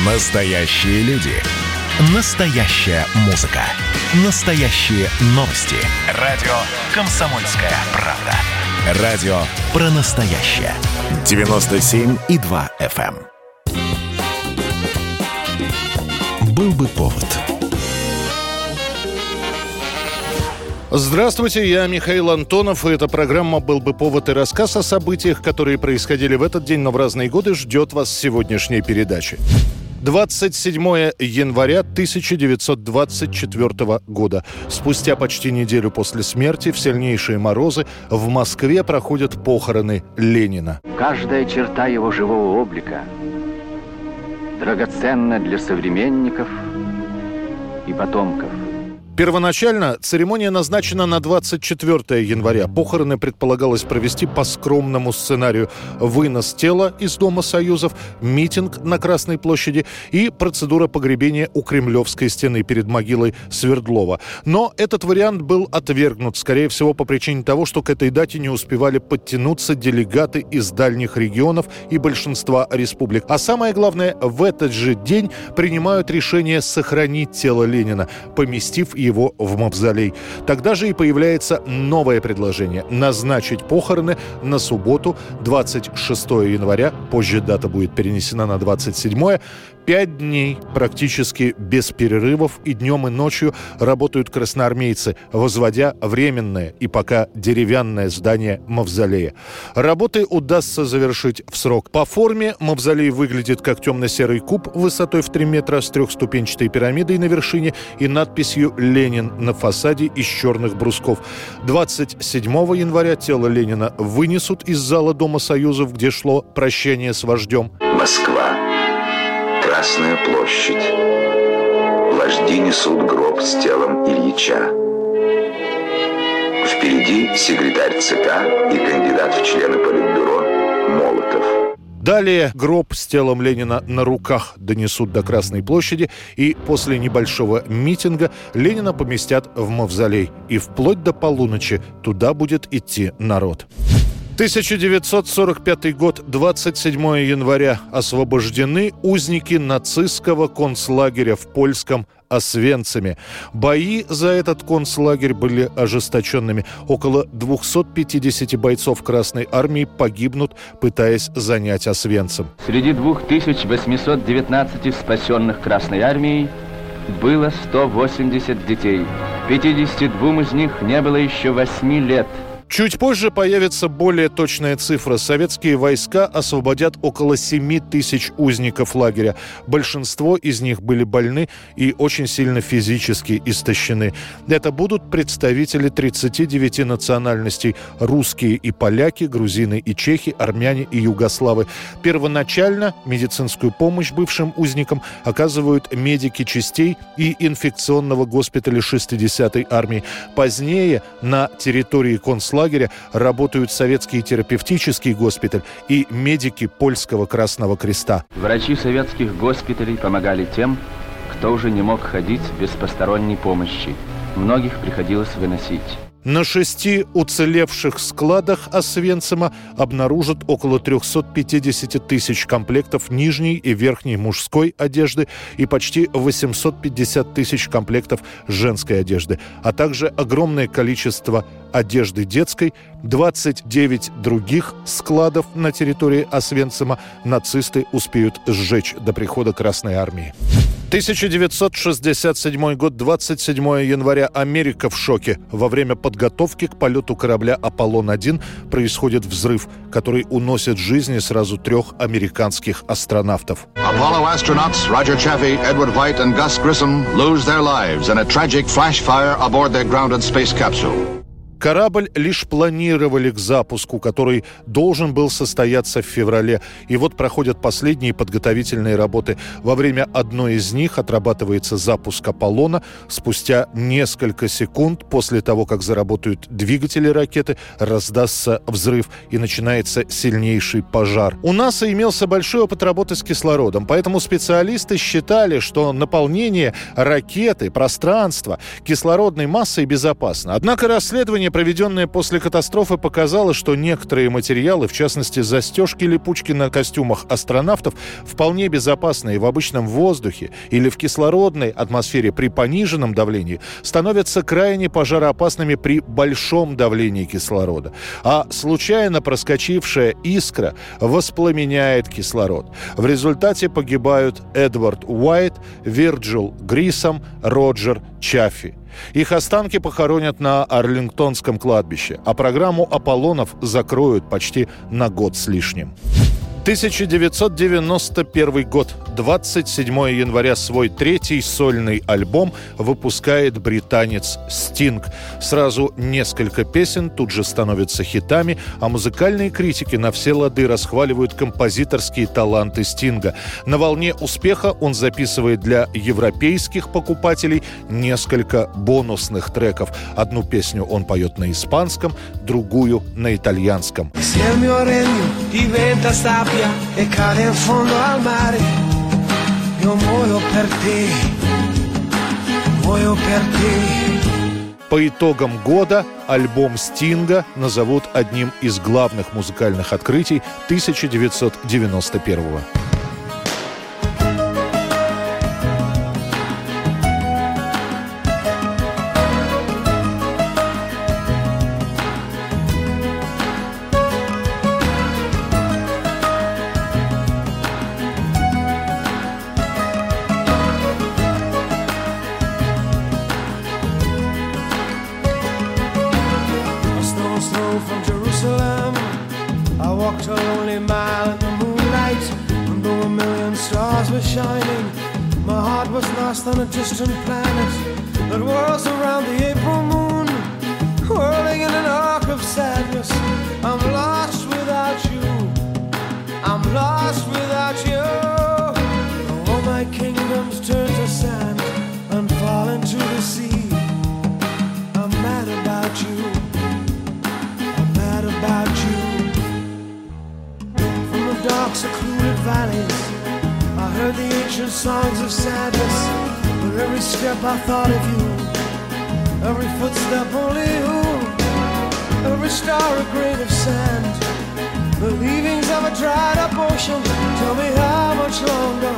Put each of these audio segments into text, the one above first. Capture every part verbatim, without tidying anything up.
Настоящие люди. Настоящая музыка. Настоящие новости. Радио «Комсомольская правда». Радио про настоящее. девяносто семь и два эф эм. Был бы повод. Здравствуйте, я Михаил Антонов, и эта программа «Был бы повод» и рассказ о событиях, которые происходили в этот день, но в разные годы, ждет вас в сегодняшней передаче. двадцать седьмое января тысяча девятьсот двадцать четвёртого года. Спустя почти неделю после смерти, в сильнейшие морозы, в Москве проходят похороны Ленина. Каждая черта его живого облика драгоценна для современников и потомков. Первоначально церемония назначена на двадцать четвёртое января. Похороны предполагалось провести по скромному сценарию: вынос тела из Дома Союзов, митинг на Красной площади и процедура погребения у Кремлевской стены перед могилой Свердлова. Но этот вариант был отвергнут, скорее всего, по причине того, что к этой дате не успевали подтянуться делегаты из дальних регионов и большинства республик. А самое главное, в этот же день принимают решение сохранить тело Ленина, поместив его в мавзолей. Тогда же и появляется новое предложение – назначить похороны на субботу, двадцать шестое января, позже дата будет перенесена на двадцать седьмое. Пять дней практически без перерывов и днем, и ночью работают красноармейцы, возводя временное и пока деревянное здание мавзолея. Работы удастся завершить в срок. По форме мавзолей выглядит как темно-серый куб высотой в три метра с трехступенчатой пирамидой на вершине и надписью «Ленин» на фасаде из черных брусков. двадцать седьмого января тело Ленина вынесут из зала Дома Союзов, где шло прощание с вождем. Москва. Красная площадь. Вожди несут гроб с телом Ильича. Впереди секретарь ЦК и кандидат в члены Политбюро Молотов. Далее гроб с телом Ленина на руках донесут до Красной площади, и после небольшого митинга Ленина поместят в мавзолей. И вплоть до полуночи туда будет идти народ. тысяча девятьсот сорок пятый год, двадцать седьмое января. Освобождены узники нацистского концлагеря в польском Освенциме. Бои за этот концлагерь были ожесточенными. Около двести пятьдесят бойцов Красной армии погибнут, пытаясь занять Освенцим. Среди двух тысяч восьмисот девятнадцати спасенных Красной армией было сто восемьдесят детей. пятидесяти двум из них не было еще восьми лет. Чуть позже появится более точная цифра. Советские войска освободят около семи тысяч узников лагеря. Большинство из них были больны и очень сильно физически истощены. Это будут представители тридцати девяти национальностей: русские и поляки, грузины и чехи, армяне и югославы. Первоначально медицинскую помощь бывшим узникам оказывают медики частей и инфекционного госпиталя шестидесятой армии. Позднее на территории концлагеря работают советский терапевтический госпиталь и медики Польского Красного Креста. Врачи советских госпиталей помогали тем, кто уже не мог ходить без посторонней помощи. Многих приходилось выносить. На шести уцелевших складах Освенцима обнаружат около триста пятьдесят тысяч комплектов нижней и верхней мужской одежды и почти восемьсот пятьдесят тысяч комплектов женской одежды, а также огромное количество одежды детской. двадцать девять других складов на территории Освенцима нацисты успеют сжечь до прихода Красной армии. тысяча девятьсот шестьдесят седьмой год, двадцать седьмое января. Америка в шоке. Во время подготовки к полету корабля «Аполлон один» происходит взрыв, который уносит жизни сразу трех американских астронавтов. Apollo astronauts Roger Chaffee, Edward White and Gus Grissom lose their lives in a tragic flash fire aboard their grounded space capsule. Корабль лишь планировали к запуску, который должен был состояться в феврале. И вот проходят последние подготовительные работы. Во время одной из них отрабатывается запуск «Аполлона». Спустя несколько секунд после того, как заработают двигатели ракеты, раздастся взрыв и начинается сильнейший пожар. У НАСА имелся большой опыт работы с кислородом, поэтому специалисты считали, что наполнение ракеты, пространства кислородной массой безопасно. Однако расследование проведенное после катастрофы, показало, что некоторые материалы, в частности застежки-липучки на костюмах астронавтов, вполне безопасные в обычном воздухе или в кислородной атмосфере при пониженном давлении, становятся крайне пожароопасными при большом давлении кислорода. А случайно проскочившая искра воспламеняет кислород. В результате погибают Эдвард Уайт, Вирджил Грисом, Роджер Чаффи. Их останки похоронят на Арлингтонском кладбище, а программу «Аполлонов» закроют почти на год с лишним. тысяча девятьсот девяносто первый год. двадцать седьмого января свой третий сольный альбом выпускает британец Стинг. Сразу несколько песен тут же становятся хитами, а музыкальные критики на все лады расхваливают композиторские таланты Стинга. На волне успеха он записывает для европейских покупателей несколько бонусных треков. Одну песню он поет на испанском, другую на итальянском. E cade in fondo al mare. Io muoio per te, muoio per te. По итогам года альбом Стинга назовут одним из главных музыкальных открытий тысяча девятьсот девяносто первого. From Jerusalem, I walked a lonely mile in the moonlight, and though a million stars were shining, my heart was lost on a distant planet that whirls around the April moon, whirling in an arc of sadness. I'm lost without you, I'm lost without you. All my kingdoms turn to sand and fall into the sea. I'm mad about you, about you. From the dark secluded valleys I heard the ancient songs of sadness. With every step I thought of you, every footstep only you, every star a grain of sand, the leavings of a dried up ocean. Tell me how much longer,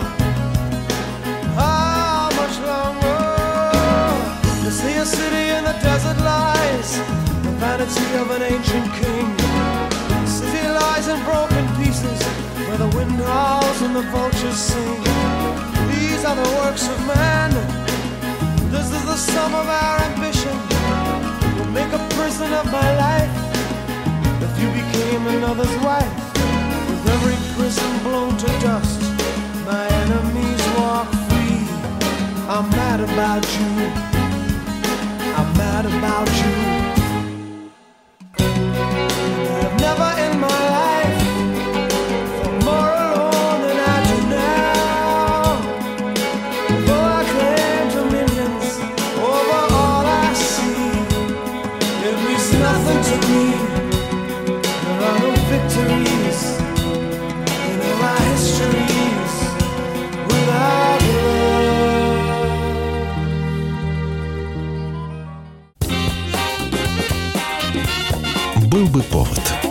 how much longer? To see a city in the desert lies, the vanity of an ancient king. The city lies in broken pieces, where the wind howls and the vultures sing. These are the works of man, this is the sum of our ambition. We'll make a prison of my life if you became another's wife. With every prison blown to dust, my enemies walk free. I'm mad about you, I'm mad about you. I've never in my life felt more alone than I do now. Though I claim dominions over all I see, it means nothing to me. There are no victories in our histories without love. Был бы повод.